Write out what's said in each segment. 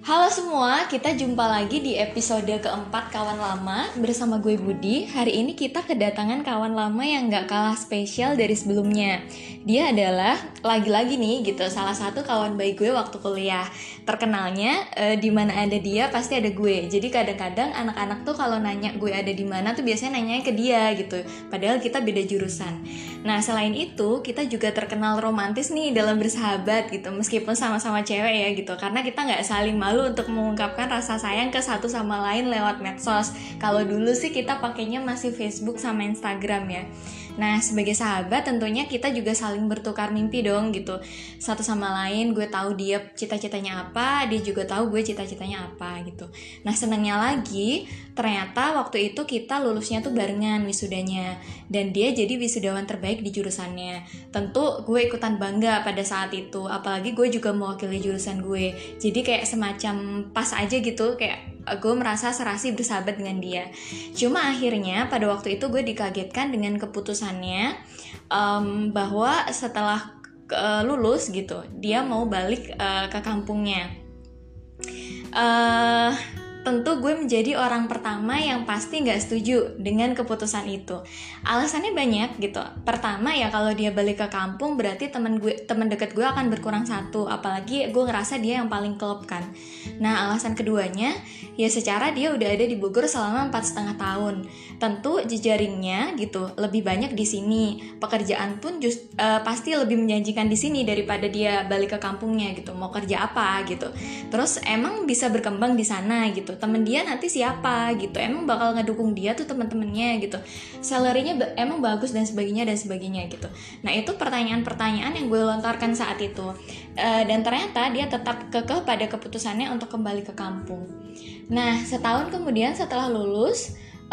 Halo semua, kita jumpa lagi di episode keempat Kawan Lama bersama gue Budi. Hari ini kita kedatangan kawan lama yang gak kalah spesial dari sebelumnya. Dia adalah, lagi-lagi nih gitu, salah satu kawan baik gue waktu kuliah. Terkenalnya, di mana ada dia pasti ada gue. Jadi kadang-kadang anak-anak tuh kalau nanya gue ada di mana tuh biasanya nanya ke dia gitu. Padahal kita beda jurusan. Nah selain itu, kita juga terkenal romantis nih dalam bersahabat gitu. Meskipun sama-sama cewek ya gitu. Karena kita gak saling malu untuk mengungkapkan rasa sayang ke satu sama lain lewat medsos. Kalau dulu sih kita pakainya masih Facebook sama Instagram ya. Nah sebagai sahabat tentunya kita juga saling bertukar mimpi dong gitu. Satu sama lain, gue tahu dia cita-citanya apa, dia juga tahu gue cita-citanya apa gitu. Nah senangnya lagi, ternyata waktu itu kita lulusnya tuh barengan wisudanya. Dan dia jadi wisudawan terbaik di jurusannya. Tentu gue ikutan bangga pada saat itu, apalagi gue juga mewakili jurusan gue. Jadi kayak semacam pas aja gitu, kayak gue merasa serasi bersahabat dengan dia. Cuma akhirnya pada waktu itu gue dikagetkan dengan keputusannya bahwa setelah lulus gitu, dia mau balik ke kampungnya. Tentu gue menjadi orang pertama yang pasti gak setuju dengan keputusan itu. Alasannya banyak gitu. Pertama ya kalau dia balik ke kampung berarti teman dekat gue akan berkurang satu. Apalagi gue ngerasa dia yang paling klop kan. Nah alasan keduanya ya secara dia udah ada di Bogor selama 4,5 tahun. Tentu jejaringnya gitu lebih banyak di sini. Pekerjaan pun pasti lebih menjanjikan di sini daripada dia balik ke kampungnya gitu. Mau kerja apa gitu. Terus emang bisa berkembang di sana gitu. Temen dia nanti siapa gitu, emang bakal ngedukung dia tuh teman-temannya gitu, salary-nya emang bagus dan sebagainya gitu. Nah itu pertanyaan-pertanyaan yang gue lontarkan saat itu, dan ternyata dia tetap kekeh pada keputusannya untuk kembali ke kampung. Nah setahun kemudian setelah lulus,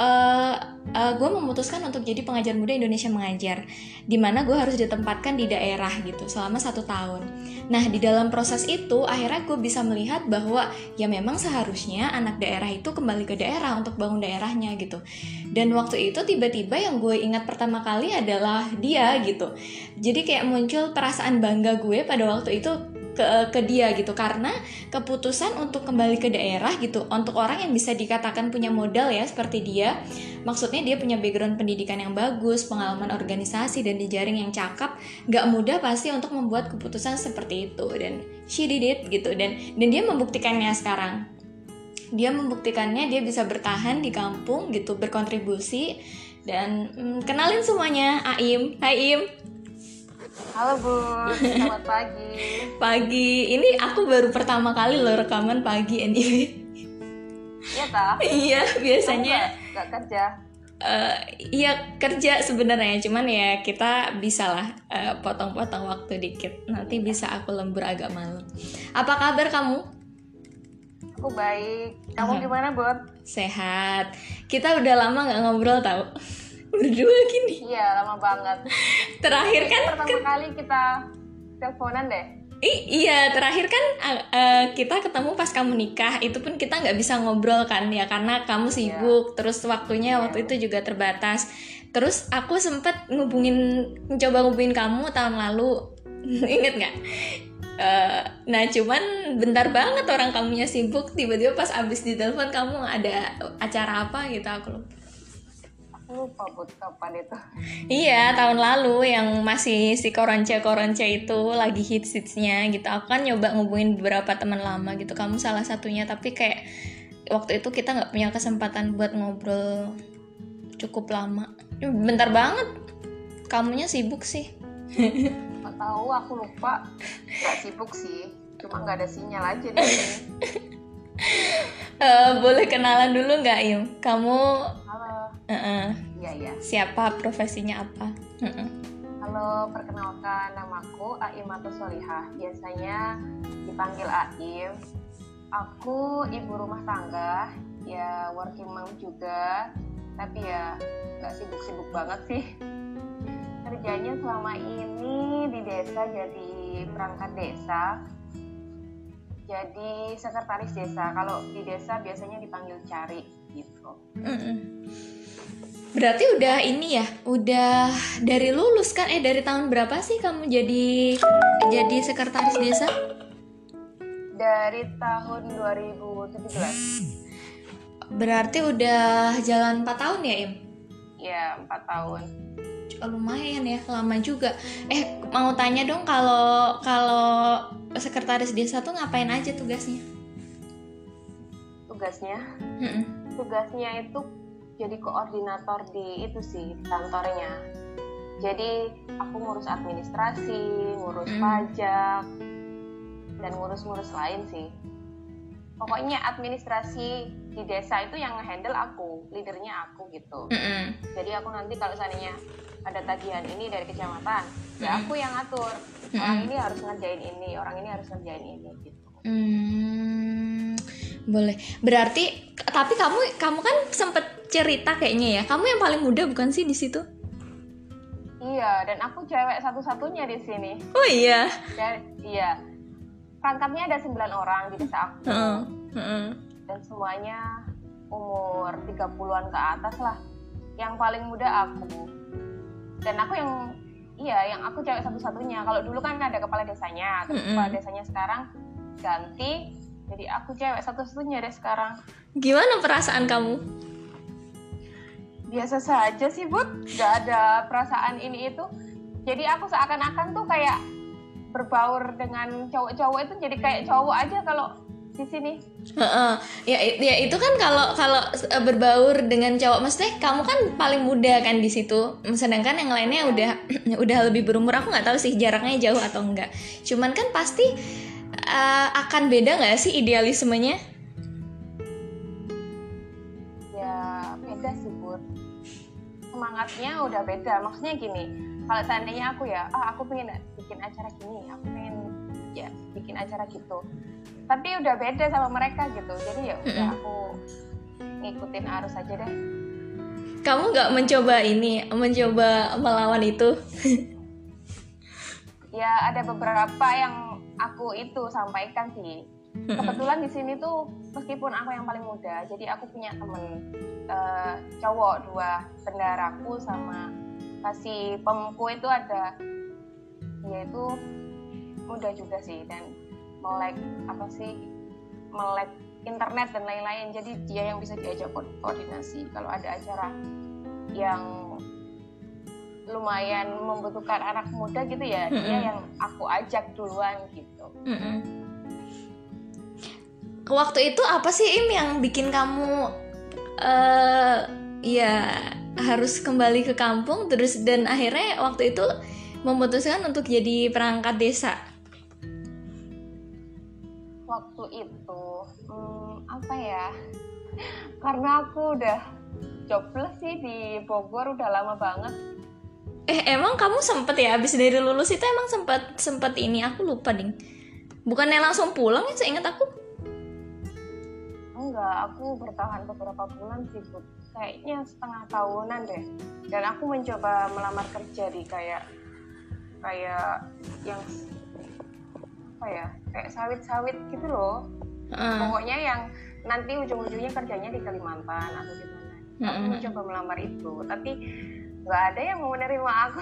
gue memutuskan untuk jadi pengajar muda Indonesia Mengajar, dimana gue harus ditempatkan di daerah gitu selama 1 tahun. Nah di dalam proses itu akhirnya gue bisa melihat bahwa ya memang seharusnya anak daerah itu kembali ke daerah untuk bangun daerahnya gitu. Dan waktu itu tiba-tiba yang gue ingat pertama kali adalah dia gitu. Jadi kayak muncul perasaan bangga gue pada waktu itu ke dia gitu, karena keputusan untuk kembali ke daerah gitu untuk orang yang bisa dikatakan punya modal ya seperti dia, maksudnya dia punya background pendidikan yang bagus, pengalaman organisasi dan jejaring yang cakep, gak mudah pasti untuk membuat keputusan seperti itu, dan she did it gitu, dan dia membuktikannya sekarang. Dia membuktikannya, dia bisa bertahan di kampung gitu, berkontribusi. Dan kenalin semuanya, Aim. Hai Im. Halo Bu, selamat pagi. Pagi, ini aku baru pertama kali loh rekaman pagi anyway. Iya tak? Iya, biasanya Gak kerja. Iya kerja sebenarnya, cuman ya kita bisa lah potong-potong waktu dikit. Nanti bisa aku lembur agak malam. Apa kabar kamu? Aku baik. Kamu gimana Bud? Sehat. Kita udah lama gak ngobrol tau. Berdua gini. Iya lama banget. Terakhir kan pertama kali kita teleponan deh. Iya terakhir kan kita ketemu pas kamu nikah. Itu pun kita nggak bisa ngobrol kan ya, karena kamu sibuk. Terus waktunya waktu itu juga terbatas. Terus aku sempet mencoba ngubungin kamu tahun lalu. Ingat nggak? Nah cuman bentar banget orang kamunya sibuk. Tiba-tiba pas abis ditelepon kamu ada acara apa gitu, aku lupa. Lupa Bud kapan itu. Iya tahun lalu yang masih si koronce itu lagi hits-hitsnya gitu. Aku kan nyoba ngubungin beberapa teman lama gitu, kamu salah satunya, tapi kayak waktu itu kita nggak punya kesempatan buat ngobrol cukup lama. Bentar banget, kamunya sibuk sih. Gak tahu, aku lupa. Gak sibuk sih, cuma nggak ada sinyal aja di sini. Boleh kenalan dulu nggak Im? Kamu Iya. Siapa, profesinya apa? Halo, perkenalkan namaku Aimatus Solihah. Biasanya dipanggil Aim. Aku ibu rumah tangga, ya working mom juga. Tapi ya nggak sibuk-sibuk banget sih. Kerjanya selama ini di desa jadi perangkat desa. Jadi sekretaris desa. Kalau di desa biasanya dipanggil cari gitu. Berarti udah ini ya, udah dari lulus kan? Dari tahun berapa sih kamu jadi sekretaris desa? Dari tahun 2017. Berarti udah jalan 4 tahun ya, Im? Ya, 4 tahun. Lumayan ya, lama juga. Mau tanya dong, kalau sekretaris desa tuh ngapain aja tugasnya? Tugasnya itu jadi koordinator di itu sih, kantornya. Jadi aku ngurus administrasi, ngurus pajak, dan ngurus-ngurus lain sih. Pokoknya administrasi di desa itu yang nge-handle aku, leadernya aku gitu. Jadi aku nanti kalau seandainya ada tagihan ini dari kecamatan, ya aku yang ngatur. Orang ini harus ngerjain ini, orang ini harus ngerjain ini gitu. Boleh. Berarti, tapi kamu kan sempet cerita kayaknya ya, kamu yang paling muda bukan sih di situ? Iya, dan aku cewek satu-satunya di sini. Oh iya. Iya. Perangkatnya ada 9 orang di desa aku. Dan semuanya umur 30-an ke atas lah. Yang paling muda aku. Dan aku yang aku cewek satu-satunya. Kalau dulu kan ada kepala desanya, tapi kepala desanya sekarang ganti, jadi aku cewek satu-satunya deh sekarang. Gimana perasaan kamu? Biasa saja sih, Bud. Gak ada perasaan ini itu. Jadi aku seakan-akan tuh kayak berbaur dengan cowok-cowok itu, jadi kayak cowok aja kalau di sini. Ya itu kan kalau berbaur dengan cowok, maksudnya kamu kan paling muda kan di situ, sedangkan yang lainnya udah lebih berumur. Aku nggak tahu sih jaraknya jauh atau enggak. Cuman kan pasti akan beda nggak sih idealismenya? Ya beda sih, Bud. Semangatnya udah beda. Maksudnya gini, kalau seandainya aku pengen bikin acara gini, aku pengen ya bikin acara gitu, tapi udah beda sama mereka gitu. Jadi ya udah aku ngikutin arus aja deh. Kamu nggak mencoba melawan itu? Ya ada beberapa yang aku itu sampaikan sih. Kebetulan di sini tuh meskipun aku yang paling muda, jadi aku punya temen cowok 2, bendaraku sama kasih pemku itu ada, dia itu muda juga sih, dan melek internet dan lain-lain. Jadi dia yang bisa diajak koordinasi kalau ada acara yang lumayan membutuhkan anak muda gitu ya, dia yang aku ajak duluan gitu. Waktu itu apa sih, Im, yang bikin kamu ya harus kembali ke kampung terus, dan akhirnya waktu itu memutuskan untuk jadi perangkat desa? Waktu itu apa ya, karena aku udah jobless sih di Bogor udah lama banget. Emang kamu sempet ya abis dari lulus itu, emang sempet ini, aku lupa ding, bukannya langsung pulang ya seingat aku? Enggak, aku bertahan beberapa bulan sih, Bud. Kayaknya setengah tahunan deh. Dan aku mencoba melamar kerja di kayak yang kayak sawit-sawit gitu loh. Pokoknya yang nanti ujung-ujungnya kerjanya di Kalimantan atau di mana. Aku mencoba melamar itu, tapi nggak ada yang mau menerima aku.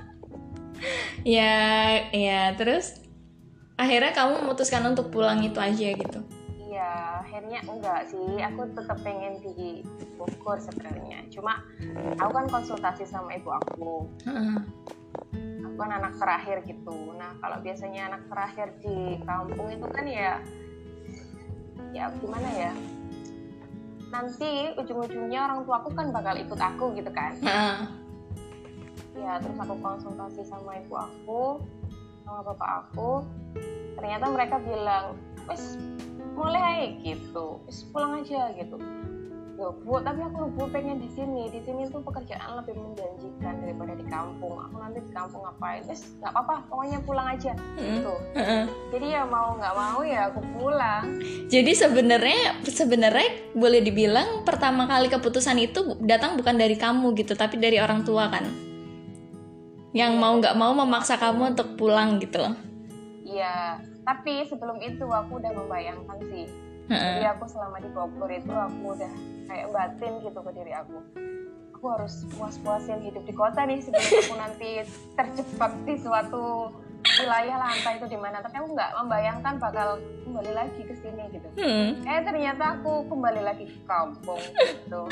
Ya, terus akhirnya kamu memutuskan untuk pulang itu aja gitu? Iya, akhirnya enggak sih. Aku tetap pengen di Bogor sebenarnya. Cuma aku kan konsultasi sama ibu aku. Aku kan anak terakhir gitu. Nah, kalau biasanya anak terakhir di kampung itu kan ya gimana ya? Nanti ujung-ujungnya orang tuaku kan bakal ikut aku gitu kan. Ya, terus aku konsultasi sama ibu aku, sama bapak aku. Ternyata mereka bilang, wes mulai gitu, wes pulang aja gitu. Loh, Bu, tapi aku pengen di sini tuh pekerjaan lebih menjanjikan daripada di kampung. Aku nanti di kampung ngapain? Wes nggak apa-apa, pokoknya pulang aja gitu. Jadi ya mau nggak mau ya aku pulang. Jadi sebenarnya boleh dibilang pertama kali keputusan itu datang bukan dari kamu gitu, tapi dari orang tua kan, yang mau nggak mau memaksa kamu untuk pulang gitu loh. Iya, tapi sebelum itu aku udah membayangkan sih. Jadi aku selama di Bogor itu aku udah kayak batin gitu ke diri aku. Aku harus puas-puasin hidup di kota nih sebelum aku nanti terjebak di suatu wilayah lah, entah itu di mana, tapi aku nggak membayangkan bakal kembali lagi ke sini gitu. Ternyata aku kembali lagi ke kampung gitu.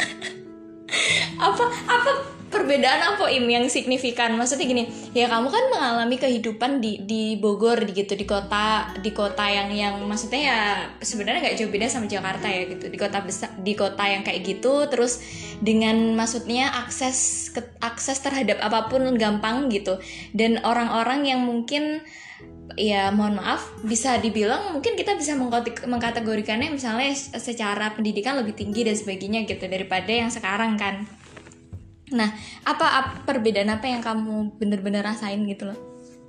Apa perbedaan apa yang signifikan? Maksudnya gini, ya kamu kan mengalami kehidupan di Bogor gitu, di kota yang maksudnya ya sebenarnya nggak jauh beda sama Jakarta ya gitu, di kota besar, di kota yang kayak gitu, terus dengan maksudnya akses terhadap apapun gampang gitu, dan orang-orang yang mungkin ya mohon maaf bisa dibilang mungkin kita bisa mengkategorikannya misalnya secara pendidikan lebih tinggi dan sebagainya gitu daripada yang sekarang kan. Nah, apa perbedaan apa yang kamu bener-bener rasain gitu loh?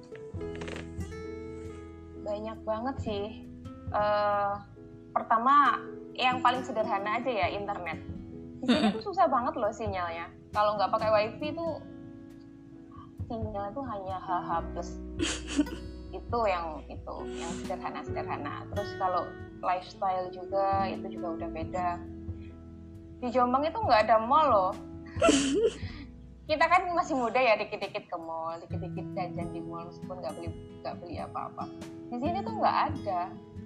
Banyak banget sih. Pertama yang paling sederhana aja ya, internet. Di sini tuh susah banget loh sinyalnya. Kalau nggak pakai wifi tuh sinyal itu hanya HH plus. itu yang sederhana. Terus kalau lifestyle juga itu juga udah beda. Di Jombang itu nggak ada mall loh. Kita kan masih muda ya, dikit-dikit ke mall, dikit-dikit jajan di mall meskipun nggak beli apa-apa. Di sini tuh nggak ada.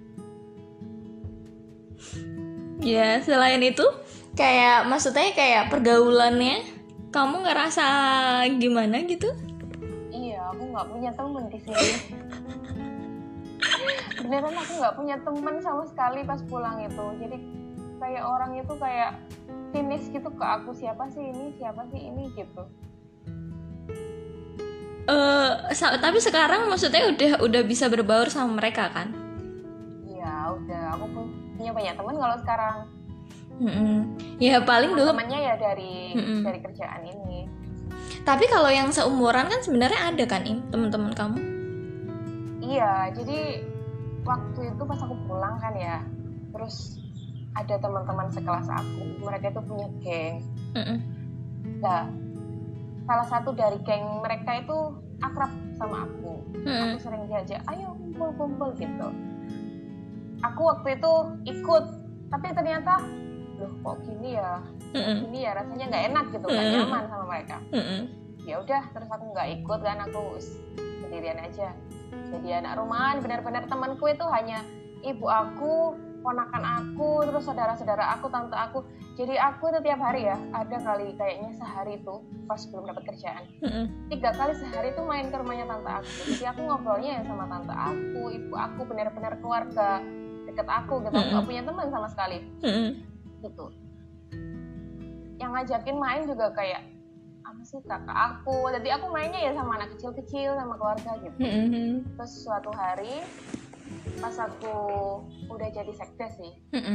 Ya selain itu kayak maksudnya kayak pergaulannya kamu ngerasa gimana gitu? Iya, aku nggak punya temen di sini. Beneran aku nggak punya temen sama sekali pas pulang itu. Jadi kayak orang itu kayak sinis gitu ke aku, siapa sih ini gitu. Tapi sekarang maksudnya udah bisa berbaur sama mereka kan? Iya, udah. Aku punya banyak teman kalau sekarang. Ya paling dulu temannya ya dari kerjaan ini. Tapi kalau yang seumuran kan sebenarnya ada kan teman-teman kamu? Iya, jadi waktu itu pas aku pulang kan ya, terus ada teman-teman sekelas aku, mereka itu punya geng. Nah, salah satu dari geng mereka itu akrab sama aku. Aku sering diajak, ayo kumpul gitu. Aku waktu itu ikut, tapi ternyata loh kok gini ya, rasanya nggak enak gitu, nggak nyaman sama mereka. Ya udah, terus aku nggak ikut kan, aku sendirian aja. Jadi anak rumahan, benar-benar temanku itu hanya ibu aku, ponakan aku, terus saudara-saudara aku, tante aku. Jadi aku itu tiap hari ya, ada kali kayaknya sehari itu pas belum dapat kerjaan, 3 kali sehari itu main ke rumahnya tante aku. Jadi aku ngobrolnya ya sama tante aku, ibu aku, benar-benar keluarga deket aku gitu. Aku nggak punya teman sama sekali gitu. Yang ngajakin main juga kayak apa sih, kakak aku. Jadi aku mainnya ya sama anak kecil-kecil, sama keluarga gitu. Terus suatu hari pas aku udah jadi sekdes sih,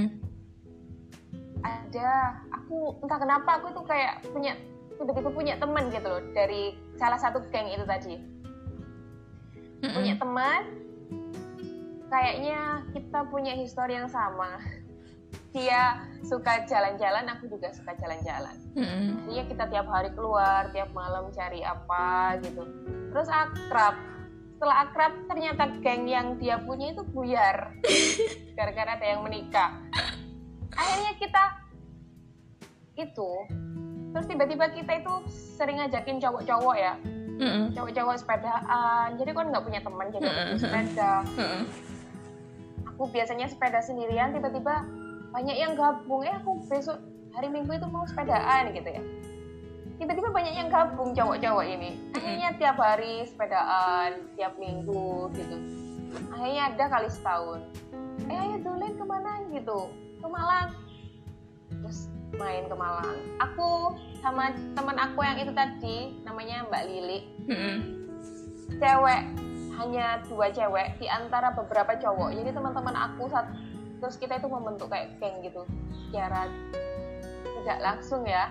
ada aku entah kenapa aku tuh kayak tiba-tiba punya teman gitu loh dari salah satu geng itu tadi. Punya teman, kayaknya kita punya histori yang sama. Dia suka jalan-jalan, aku juga suka jalan-jalan. Jadi kita tiap hari keluar, tiap malam cari apa gitu. Terus akrab. Setelah akrab, ternyata geng yang dia punya itu buyar. Gara-gara ada yang menikah. Akhirnya kita itu, terus tiba-tiba kita itu sering ngajakin cowok-cowok ya. Cowok-cowok sepedaan. Jadi kan nggak punya teman, jadi aku sepeda. Aku biasanya sepeda sendirian, tiba-tiba banyak yang gabung, aku besok hari Minggu itu mau sepedaan gitu ya. Tiba-tiba banyak yang gabung cowok-cowok ini. Akhirnya tiap hari sepedaan, tiap minggu gitu. Akhirnya ada kali setahun. Ayo Dulen kemana gitu? Ke Malang. Terus main ke Malang. Aku sama teman aku yang itu tadi, namanya Mbak Lili. Cewek, hanya 2 cewek di antara beberapa cowok. Jadi teman-teman aku terus kita itu membentuk kayak geng gitu secara tidak langsung ya.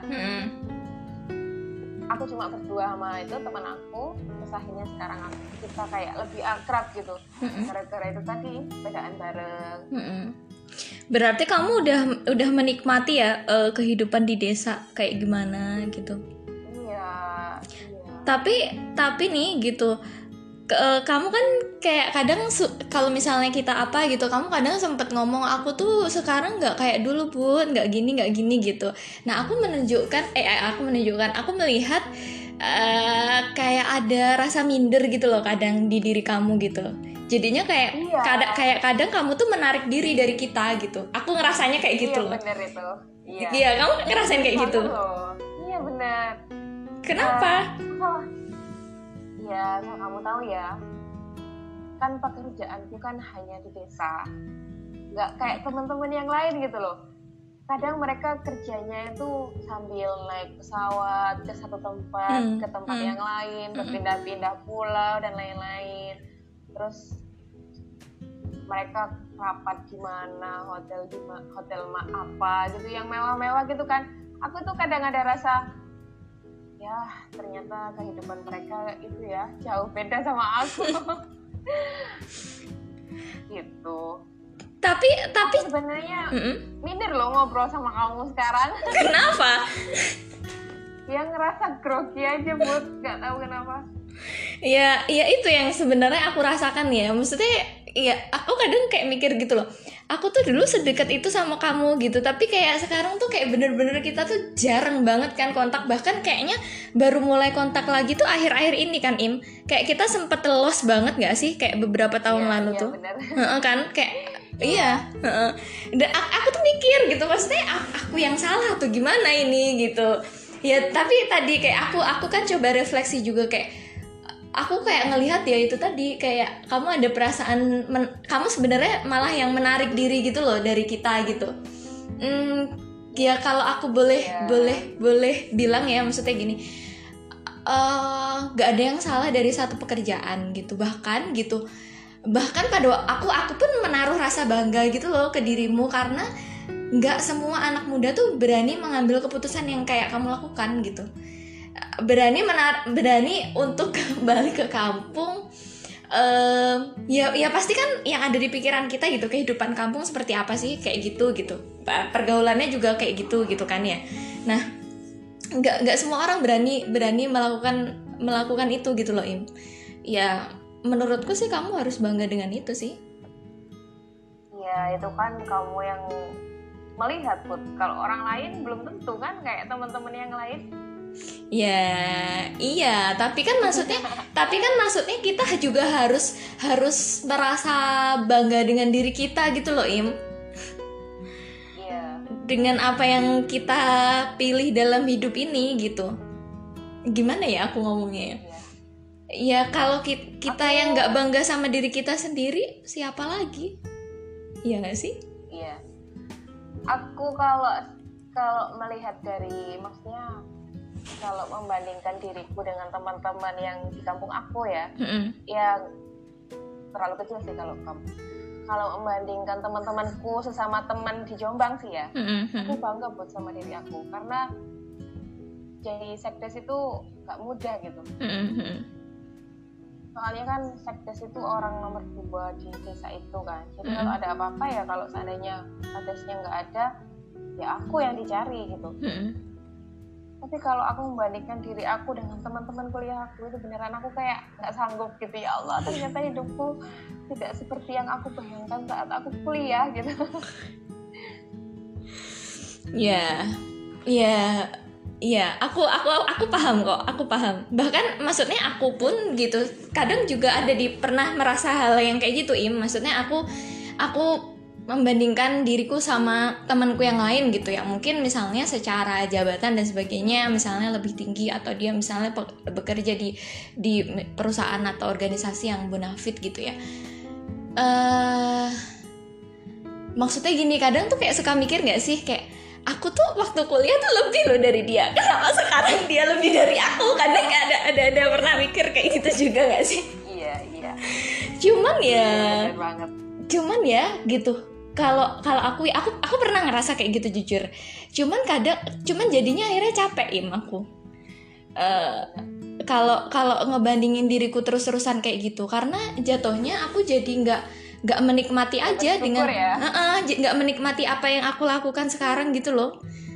Aku cuma berdua sama itu teman aku, terus akhirnya sekarang kita kayak lebih akrab gitu gara-gara itu tadi sepedaan bareng. Berarti kamu udah menikmati ya kehidupan di desa kayak gimana gitu? Iya. Tapi nih gitu, kamu kan kayak kadang kalau misalnya kita apa gitu, kamu kadang sempet ngomong aku tuh sekarang nggak kayak dulu Bun, nggak gini gitu. Nah aku melihat kayak ada rasa minder gitu loh kadang di diri kamu gitu. Jadinya kayak kadang kamu tuh menarik diri dari kita gitu. Aku ngerasanya kayak gitu loh. Iya bener itu. Iya, kamu ngerasain kayak gitu. Iya bener. Kenapa? Ya, kalau kamu tahu ya, kan pekerjaanku kan hanya di desa, nggak kayak teman-teman yang lain gitu loh. Kadang mereka kerjanya itu sambil naik pesawat ke satu tempat ke tempat yang lain, berpindah-pindah pulau dan lain-lain. Terus mereka rapat di mana, hotel apa gitu yang mewah-mewah gitu kan. Aku tuh kadang ada rasa, ya ternyata kehidupan mereka itu ya jauh beda sama aku. Gitu. Tapi sebenarnya minder loh ngobrol sama kamu sekarang. Kenapa? Ya ngerasa grogi aja, Bud, nggak tahu kenapa. Ya itu yang sebenarnya aku rasakan ya. Maksudnya ya aku kadang kayak mikir gitu loh. Aku tuh dulu sedekat itu sama kamu gitu, tapi kayak sekarang tuh kayak bener-bener kita tuh jarang banget kan kontak. Bahkan kayaknya baru mulai kontak lagi tuh akhir-akhir ini kan, Im. Kayak kita sempet lost banget gak sih kayak beberapa tahun lalu tuh. Kan kayak iya. Dan aku tuh mikir gitu, maksudnya aku yang salah tuh gimana ini gitu. Ya tapi tadi kayak aku kan coba refleksi juga, kayak aku kayak ngelihat ya itu tadi, kayak kamu ada perasaan kamu sebenarnya malah yang menarik diri gitu loh dari kita gitu. Ya kalau aku boleh bilang ya, maksudnya gini, gak ada yang salah dari satu pekerjaan gitu. Bahkan pada aku pun menaruh rasa bangga gitu loh ke dirimu, karena gak semua anak muda tuh berani mengambil keputusan yang kayak kamu lakukan gitu. Berani untuk kembali ke kampung. Ya pasti kan yang ada di pikiran kita gitu, kehidupan kampung seperti apa sih, kayak gitu pergaulannya juga kayak gitu kan ya. Nah nggak semua orang berani melakukan itu gitu loh, Im. Ya menurutku sih kamu harus bangga dengan itu sih. Ya itu kan kamu yang melihat, Put. Kalau orang lain belum tentu kan, kayak teman-teman yang lain. Ya iya, tapi kan maksudnya kita juga harus merasa bangga dengan diri kita gitu loh, Im. Iya. Dengan apa yang kita pilih dalam hidup ini gitu. Gimana ya aku ngomongnya ya? Ya kalau kita yang nggak bangga sama diri kita sendiri, siapa lagi? Iya nggak sih? Iya. Aku kalau melihat dari, maksudnya kalau membandingkan diriku dengan teman-teman yang di kampung aku ya, ya terlalu kecil sih kalau kamu. Kalau membandingkan teman-temanku sesama teman di Jombang sih ya, aku bangga buat sama diri aku, karena jadi sekdes itu nggak mudah gitu. Soalnya kan sekdes itu orang nomor 2 di desa itu kan. Jadi kalau ada apa-apa ya, kalau seandainya sekdesnya nggak ada, ya aku yang dicari gitu. Tapi kalau aku membandingkan diri aku dengan teman-teman kuliah aku, itu beneran aku kayak nggak sanggup gitu. Ya Allah, ternyata hidupku tidak seperti yang aku bayangkan saat aku kuliah gitu. Ya, aku paham kok, aku paham. Bahkan maksudnya aku pun gitu, kadang juga pernah merasa hal yang kayak gitu, Im. Maksudnya aku membandingkan diriku sama temanku yang lain gitu ya, mungkin misalnya secara jabatan dan sebagainya misalnya lebih tinggi, atau dia misalnya bekerja di perusahaan atau organisasi yang bonafit gitu ya. Maksudnya gini, kadang tuh kayak suka mikir nggak sih, kayak aku tuh waktu kuliah tuh lebih loh dari dia, kenapa sekarang dia lebih dari aku? Kadang ada pernah mikir kayak gitu juga nggak sih? Iya. Cuman ya gitu. Kalau aku pernah ngerasa kayak gitu jujur. Cuman jadinya akhirnya capek, Im, aku. Kalau ngebandingin diriku terus-terusan kayak gitu, karena jatuhnya aku jadi nggak menikmati aja dengan nggak menikmati apa yang aku lakukan sekarang gitu loh.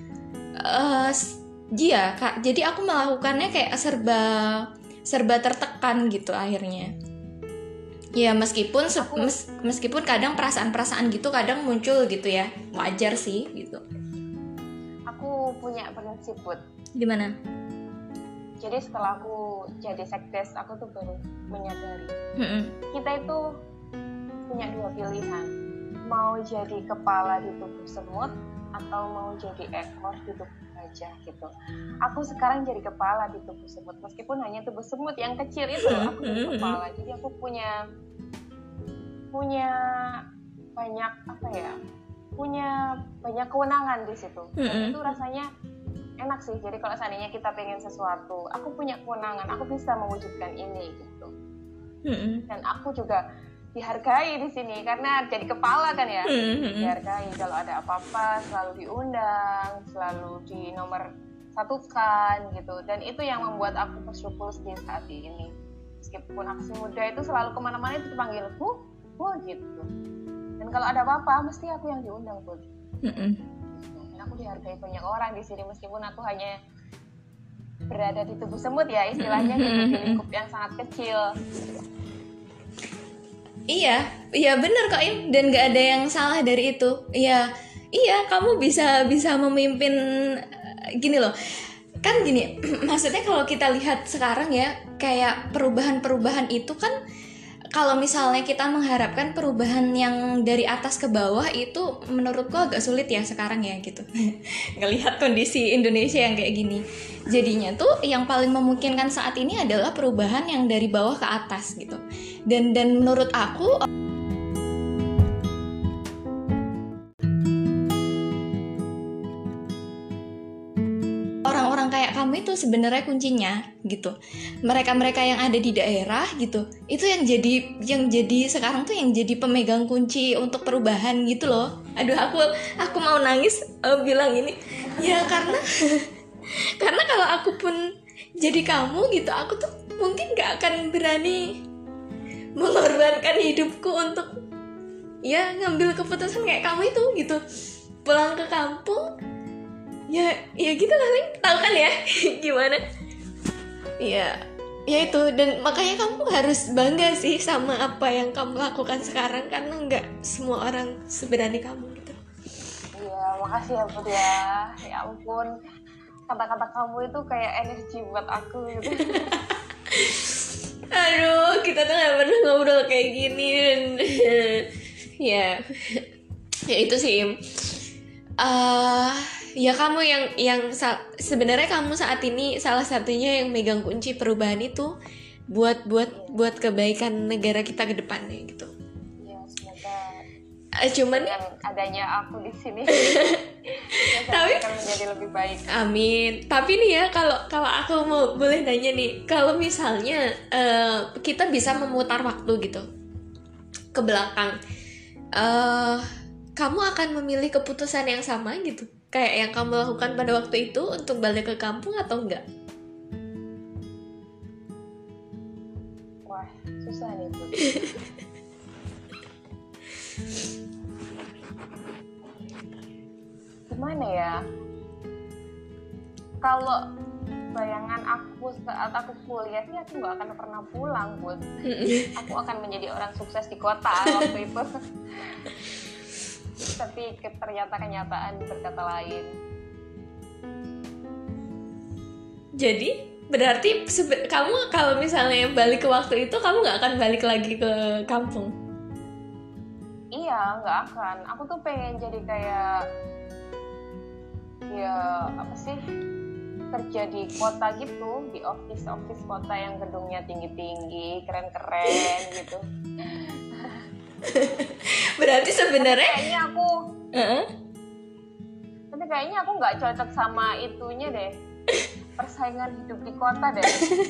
Jadi aku melakukannya kayak serba tertekan gitu akhirnya. Ya meskipun kadang perasaan gitu kadang muncul gitu ya, wajar sih gitu. Aku punya prinsip, Bud. Gimana? jadi setelah aku jadi sekdes, aku tuh baru menyadari kita itu punya dua pilihan, mau jadi kepala di tubuh semut atau mau jadi ekor di tubuh gajah gitu. Aku sekarang jadi kepala di tubuh semut, meskipun hanya tubuh semut yang kecil itu, aku jadi kepala. Jadi aku punya banyak punya banyak kewenangan di situ. Dan itu rasanya enak sih. Jadi kalau seandainya kita pengen sesuatu, aku punya kewenangan, aku bisa mewujudkan ini gitu. Dan aku juga dihargai di sini karena jadi kepala kan ya. Dihargai, kalau ada apa-apa selalu diundang, selalu di nomor satukan gitu. Dan itu yang membuat aku bersyukur di saat ini. Meskipun aksi muda itu selalu kemana-mana itu dipanggil bu gitu. Dan kalau ada apa-apa mesti aku yang diundang bu. Dan aku dihargai banyak orang di sini meskipun aku hanya berada di tubuh semut ya, istilahnya gitu, di lingkup yang sangat kecil. Iya benar kok Im, dan gak ada yang salah dari itu. Iya, kamu bisa memimpin gini loh. Kan gini, maksudnya kalau kita lihat sekarang ya, kayak perubahan itu kan, kalau misalnya kita mengharapkan perubahan yang dari atas ke bawah itu menurutku agak sulit ya sekarang ya gitu. Ngelihat kondisi Indonesia yang kayak gini. Jadinya tuh yang paling memungkinkan saat ini adalah perubahan yang dari bawah ke atas gitu. Dan menurut aku orang-orang kayak kamu itu sebenarnya kuncinya gitu. Mereka yang ada di daerah gitu, itu yang jadi sekarang tuh yang jadi pemegang kunci untuk perubahan gitu loh. Aduh, aku mau nangis bilang ini ya, karena kalau aku pun jadi kamu gitu, aku tuh mungkin gak akan berani mengorbankan hidupku untuk ya ngambil keputusan kayak kamu itu gitu. Pulang ke kampung ya gitu lah, tahu kan ya gimana ya itu. Dan makanya kamu harus bangga sih sama apa yang kamu lakukan sekarang, karena nggak semua orang seberani kamu gitu. Iya, makasih ya Bud ya. Ya ampun, kata-kata kamu itu kayak energi buat aku gitu. Aduh, kita tuh gak pernah ngobrol kayak gini. Dan ya itu sih ya kamu yang sebenarnya kamu saat ini salah satunya yang megang kunci perubahan itu buat kebaikan negara kita ke depannya gitu. Ya, semoga cuman dengan adanya aku di sini tapi akan menjadi lebih baik. Amin. Tapi nih ya, kalau aku mau boleh nanya nih, kalau misalnya kita bisa memutar waktu gitu ke belakang, kamu akan memilih keputusan yang sama gitu, kayak yang kamu lakukan pada waktu itu untuk balik ke kampung atau enggak? Wah, susah nih Bu. Gimana ya? Kalau bayangan aku saat aku kuliah sih, aku nggak akan pernah pulang, Bud. Aku akan menjadi orang sukses di kota waktu itu. Tapi ternyata kenyataan berkata lain. Jadi berarti kamu kalau misalnya balik ke waktu itu, kamu nggak akan balik lagi ke kampung? Iya, nggak akan. Aku tuh pengen jadi kayak ya apa sih, kerja di kota gitu, di office kota yang gedungnya tinggi-tinggi, keren-keren gitu. Berarti sebenarnya tapi kayaknya aku nggak cocok sama itunya deh, persaingan hidup di kota deh.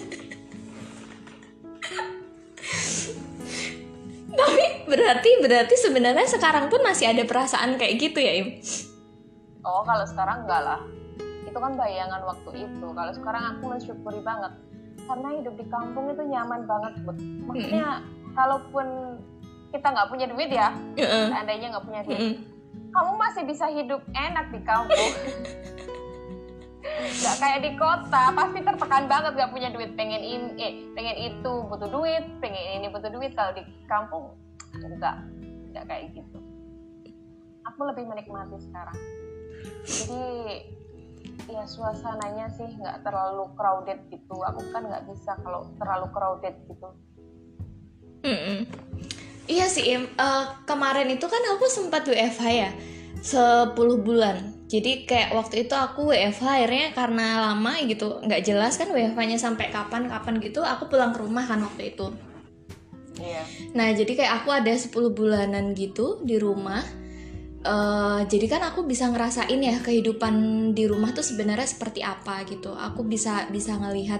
Tapi berarti sebenarnya sekarang pun masih ada perasaan kayak gitu ya, Im? Oh, kalau sekarang enggak lah. Itu kan bayangan waktu itu. Kalau sekarang aku mensyukuri banget. Karena hidup di kampung itu nyaman banget, Bud. Maksudnya, kalaupun kita nggak punya duit ya, seandainya nggak punya duit, kamu masih bisa hidup enak di kampung. Nggak kayak di kota, pasti tertekan banget nggak punya duit. Pengen itu butuh duit, pengen ini butuh duit. Kalau di kampung, enggak kayak gitu. Aku lebih menikmati sekarang. Jadi ya suasananya sih nggak terlalu crowded gitu. Aku kan nggak bisa kalau terlalu crowded gitu. Iya sih Im. Kemarin itu kan aku sempat WFH ya 10 bulan. Jadi kayak waktu itu aku WFH akhirnya karena lama gitu, nggak jelas kan WFH-nya sampai kapan gitu, aku pulang ke rumah kan waktu itu. Iya. Nah jadi kayak aku ada 10 bulanan gitu di rumah. Jadi kan aku bisa ngerasain ya kehidupan di rumah tuh sebenarnya seperti apa gitu. Aku bisa ngelihat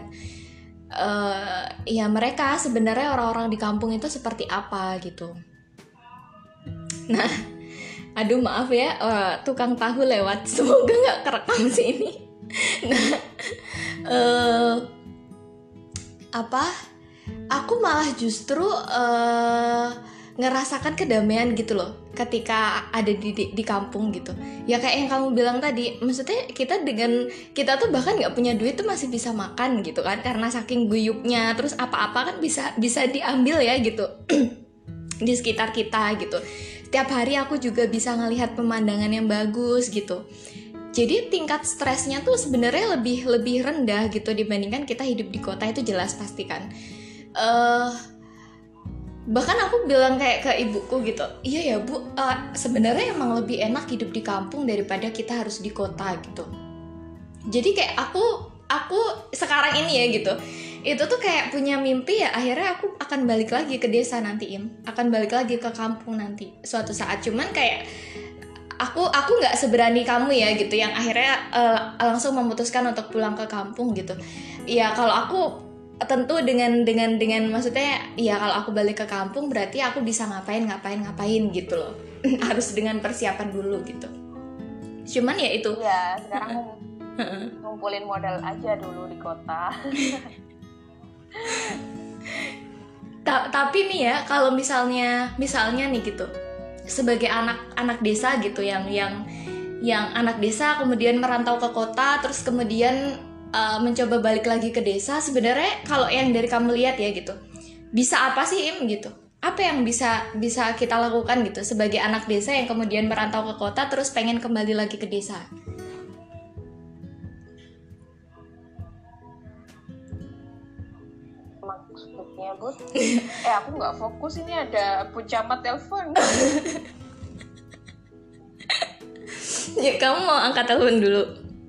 ya mereka sebenarnya orang-orang di kampung itu seperti apa gitu. Nah, aduh maaf ya tukang tahu lewat, semoga nggak kerekam sih ini. Nah, aku malah justru ngerasakan kedamaian gitu loh ketika ada di kampung gitu. Ya kayak yang kamu bilang tadi, maksudnya kita tuh bahkan nggak punya duit tuh masih bisa makan gitu kan, karena saking guyupnya. Terus apa-apa kan bisa diambil ya gitu di sekitar kita gitu. Setiap hari aku juga bisa ngelihat pemandangan yang bagus gitu. Jadi tingkat stresnya tuh sebenarnya lebih rendah gitu dibandingkan kita hidup di kota, itu jelas pasti kan. Bahkan aku bilang kayak ke ibuku gitu, iya ya bu, sebenarnya emang lebih enak hidup di kampung daripada kita harus di kota gitu. Jadi kayak aku sekarang ini ya gitu, itu tuh kayak punya mimpi ya, akhirnya aku akan balik lagi ke desa nanti akan balik lagi ke kampung nanti suatu saat. Cuman kayak aku nggak seberani kamu ya gitu, yang akhirnya langsung memutuskan untuk pulang ke kampung gitu. Ya kalau aku tentu dengan maksudnya ya kalau aku balik ke kampung berarti aku bisa ngapain gitu loh. Harus dengan persiapan dulu gitu. Cuman ya itu. Ya sekarang ngumpulin modal aja dulu di kota. Tapi nih ya kalau misalnya nih gitu, sebagai anak desa gitu yang anak desa kemudian merantau ke kota terus kemudian mencoba balik lagi ke desa, sebenarnya kalau yang dari kamu lihat ya gitu, bisa apa sih Im gitu? Apa yang bisa kita lakukan gitu sebagai anak desa yang kemudian merantau ke kota terus pengen kembali lagi ke desa? Maksudnya Bud? Aku nggak fokus, ini ada Bu Camat telepon. Ya kamu mau angkat telepon dulu.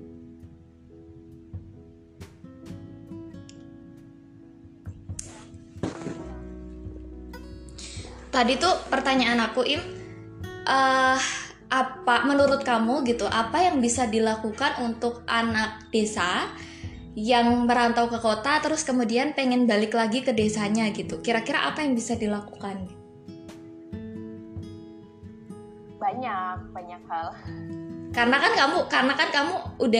Tadi tuh pertanyaan aku Im, apa menurut kamu gitu, apa yang bisa dilakukan untuk anak desa yang merantau ke kota terus kemudian pengen balik lagi ke desanya gitu? Kira-kira apa yang bisa dilakukan? Banyak hal. Karena kan kamu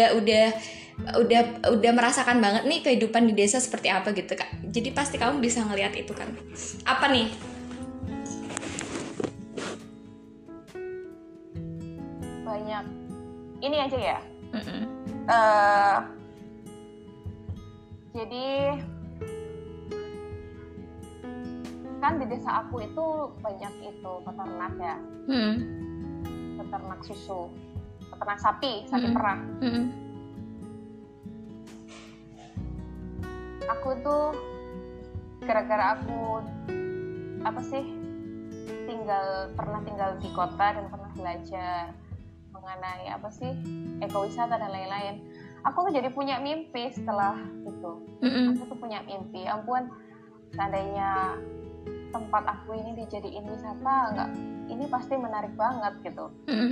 udah merasakan banget nih kehidupan di desa seperti apa gitu Kak. Jadi pasti kamu bisa ngelihat itu kan. Apa nih? Banyak. Ini aja ya. Jadi kan di desa aku itu banyak itu peternak ya. Peternak susu, peternak sapi perah. Aku tuh gara-gara aku pernah tinggal di kota dan pernah belajar mengenai ekowisata dan lain-lain. Aku tuh jadi punya mimpi setelah itu. Aku tuh punya mimpi, ampun, seandainya tempat aku ini dijadiin wisata, ini pasti menarik banget gitu.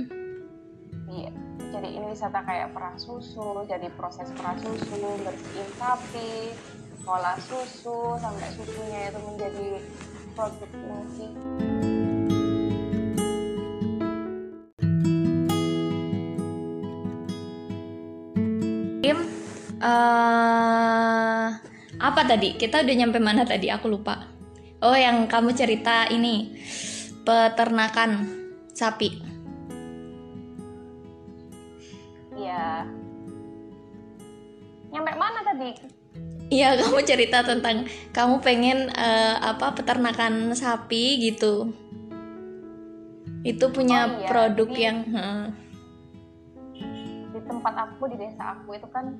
Jadi ini wisata kayak perah susu, jadi proses perah susu, bersihin sapi, ngolah susu sampai susunya itu menjadi produk ini. Apa tadi? Kita udah nyampe mana tadi? Aku lupa. Oh, yang kamu cerita ini peternakan sapi. Iya. Nyampe mana tadi? Iya, kamu cerita tentang kamu pengen peternakan sapi gitu. Itu punya produk jadi, yang di tempat tempat aku di desa aku itu kan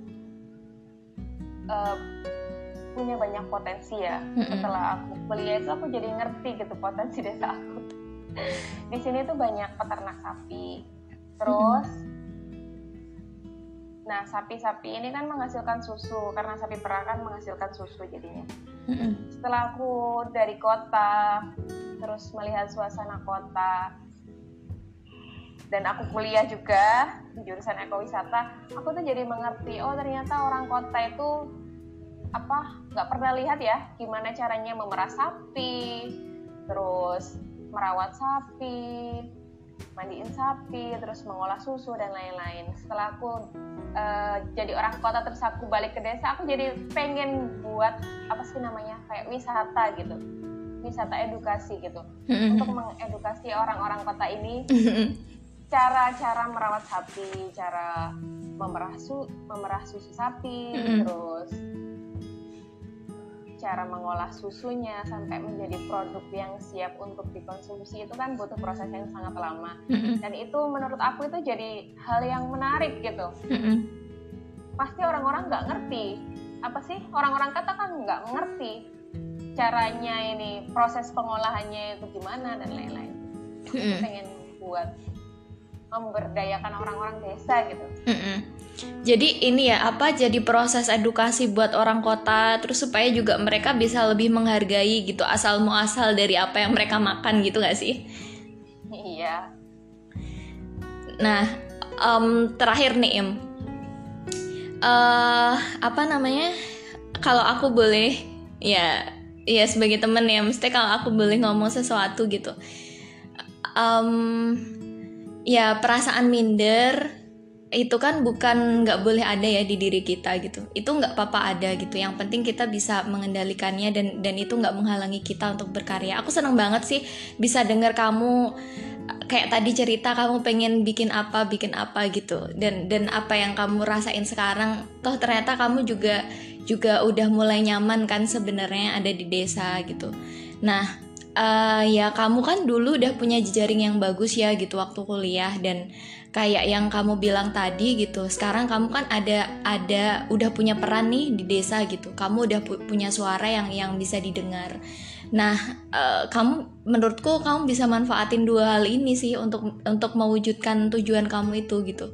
punya banyak potensi ya. Setelah aku kuliah itu aku jadi ngerti gitu potensi desa aku. Di sini tuh banyak peternak sapi. Terus nah, sapi-sapi ini kan menghasilkan susu karena sapi perakan menghasilkan susu jadinya. Setelah aku dari kota, terus melihat suasana kota, dan aku kuliah juga di jurusan ekowisata, aku tuh jadi mengerti, oh ternyata orang kota itu nggak pernah lihat ya gimana caranya memerah sapi, terus merawat sapi, mandiin sapi, terus mengolah susu dan lain-lain. Setelah aku jadi orang kota terus aku balik ke desa, aku jadi pengen buat kayak wisata gitu, wisata edukasi gitu, untuk mengedukasi orang-orang kota ini cara merawat sapi, cara memerah susu sapi, terus cara mengolah susunya sampai menjadi produk yang siap untuk dikonsumsi itu kan butuh proses yang sangat lama. Dan itu menurut aku itu jadi hal yang menarik gitu. Pasti orang-orang nggak ngerti, orang-orang kata kan nggak ngerti caranya ini, proses pengolahannya itu gimana dan lain-lain. Aku pengen buat memberdayakan orang-orang desa gitu. Jadi ini ya jadi proses edukasi buat orang kota, terus supaya juga mereka bisa lebih menghargai gitu asal muasal dari apa yang mereka makan gitu nggak sih? Iya. Nah, terakhir nih Im, kalau aku boleh ya sebagai temen ya, mesti kalau aku boleh ngomong sesuatu gitu, ya perasaan minder itu kan bukan nggak boleh ada ya di diri kita gitu, itu nggak apa-apa ada gitu, yang penting kita bisa mengendalikannya dan itu nggak menghalangi kita untuk berkarya. Aku seneng banget sih bisa dengar kamu kayak tadi cerita kamu pengen bikin apa gitu, dan apa yang kamu rasain sekarang, toh ternyata kamu juga udah mulai nyaman kan sebenarnya ada di desa gitu. Nah ya kamu kan dulu udah punya jejaring yang bagus ya gitu waktu kuliah, dan kayak yang kamu bilang tadi gitu, sekarang kamu kan ada udah punya peran nih di desa gitu, kamu udah punya suara yang bisa didengar. Nah menurutku kamu bisa manfaatin dua hal ini sih untuk mewujudkan tujuan kamu itu gitu.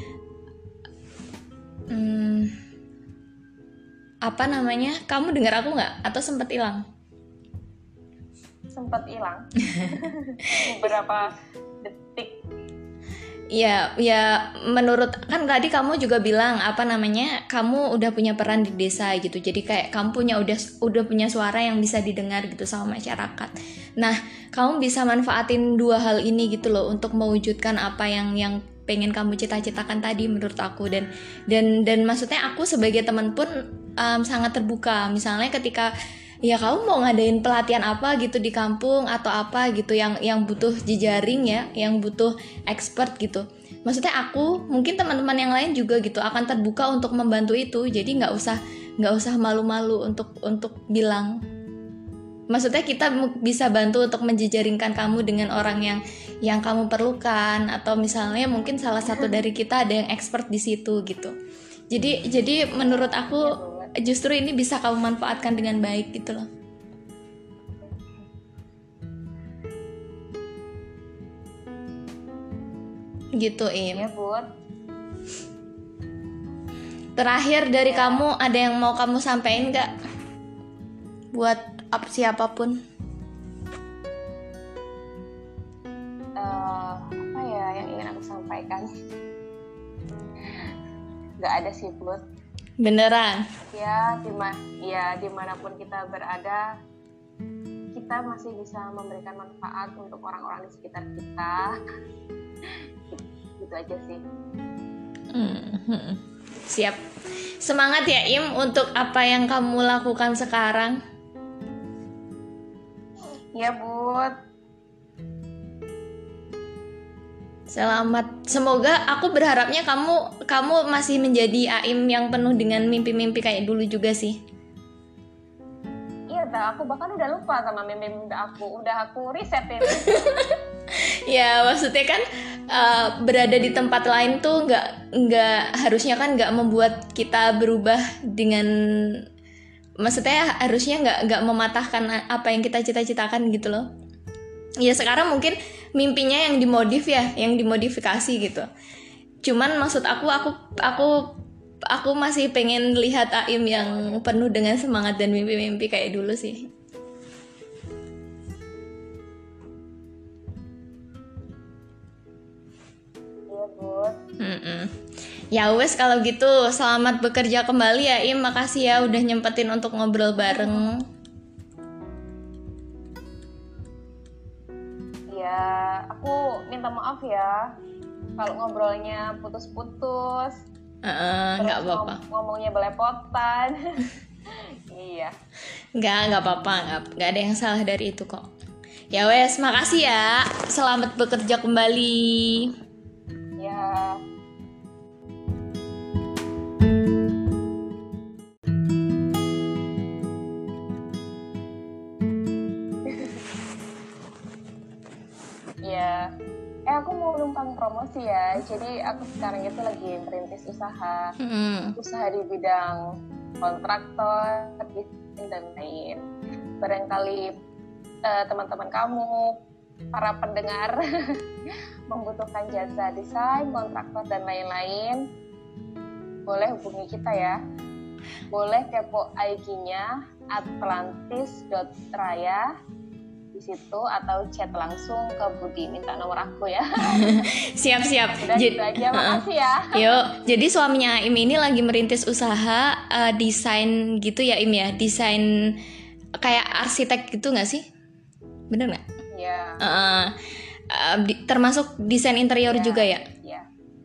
Kamu dengar aku nggak atau sempat hilang? Sempat hilang beberapa detik. Ya menurut kan tadi kamu juga bilang kamu udah punya peran di desa gitu, jadi kayak kamu udah punya suara yang bisa didengar gitu sama masyarakat. Nah kamu bisa manfaatin dua hal ini gitu loh untuk mewujudkan apa yang pengen kamu cita-citakan tadi menurut aku, dan maksudnya aku sebagai teman pun sangat terbuka. Misalnya ketika ya kamu mau ngadain pelatihan apa gitu di kampung atau apa gitu yang butuh jejaring ya, yang butuh expert gitu, maksudnya aku mungkin teman-teman yang lain juga gitu akan terbuka untuk membantu itu. Jadi nggak usah malu-malu untuk bilang. Maksudnya kita bisa bantu untuk menjejaringkan kamu dengan orang yang kamu perlukan, atau misalnya mungkin salah satu dari kita ada yang expert di situ gitu. Jadi menurut aku justru ini bisa kamu manfaatkan dengan baik gitu loh. Gitu Im. Iya Bud. Terakhir dari kamu ada yang mau kamu sampaikan nggak buat siapapun? Apa ya yang ingin aku sampaikan? Nggak ada sih Bud. Beneran? Ya dimanapun kita berada, kita masih bisa memberikan manfaat untuk orang-orang di sekitar kita. Gitu aja sih. Siap. Semangat ya Im untuk apa yang kamu lakukan sekarang. Iya Bud. Selamat. Semoga, aku berharapnya kamu masih menjadi Aim yang penuh dengan mimpi-mimpi kayak dulu juga sih. Iya Iya, aku bahkan udah lupa sama meme-meme udah aku riset ini. Ya maksudnya kan berada di tempat lain tuh nggak harusnya kan nggak membuat kita berubah dengan, maksudnya harusnya nggak mematahkan apa yang kita cita-citakan gitu loh. Ya sekarang mungkin mimpinya yang dimodif ya, yang dimodifikasi gitu. Cuman maksud aku masih pengen lihat Aim yang penuh dengan semangat dan mimpi-mimpi kayak dulu sih. Iya, Bud. Ya wes kalau gitu selamat bekerja kembali ya Im, makasih ya udah nyempetin untuk ngobrol bareng. Iya, aku minta maaf ya kalau ngobrolnya putus-putus. Nggak apa-apa. Ngomongnya belepotan. Iya. Nggak apa-apa, nggak ada yang salah dari itu kok. Ya wes, makasih ya. Selamat bekerja kembali. Ya. Ya. Aku mau numpang promosi ya. Jadi aku sekarang itu lagi merintis usaha. Usaha di bidang kontraktor, desain dan lain. Barangkali teman-teman kamu, para pendengar membutuhkan jasa desain, kontraktor dan lain-lain, boleh hubungi kita ya. Boleh kepo IG-nya atlantis.raya di situ atau chat langsung ke Budi, minta nomor aku ya. Siap. Udah gitu aja, makasih ya. Yuk, jadi suaminya Im ini lagi merintis usaha desain gitu ya Im ya, desain kayak arsitek gitu nggak sih? Bener nggak? Iya. Termasuk desain interior juga ya? Iya.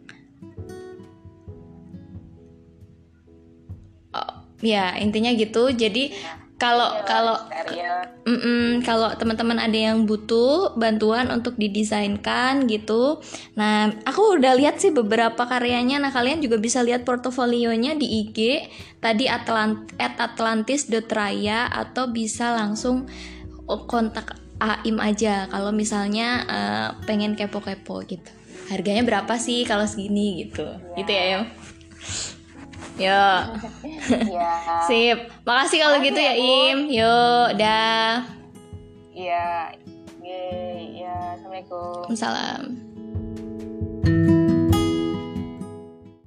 Ya intinya gitu. Jadi kalau teman-teman ada yang butuh bantuan untuk didesainkan gitu, nah aku udah lihat sih beberapa karyanya. Nah kalian juga bisa lihat portofolionya di IG tadi @atlantis.raya atau bisa langsung kontak Aim aja kalau misalnya pengen kepo-kepo gitu. Harganya berapa sih kalau segini gitu? Gitu ya Im. Yo. Iya. Sip. Makasih kalau gitu ya Im. Yo, dah. Iya. Iya, Assalamualaikum. Salam.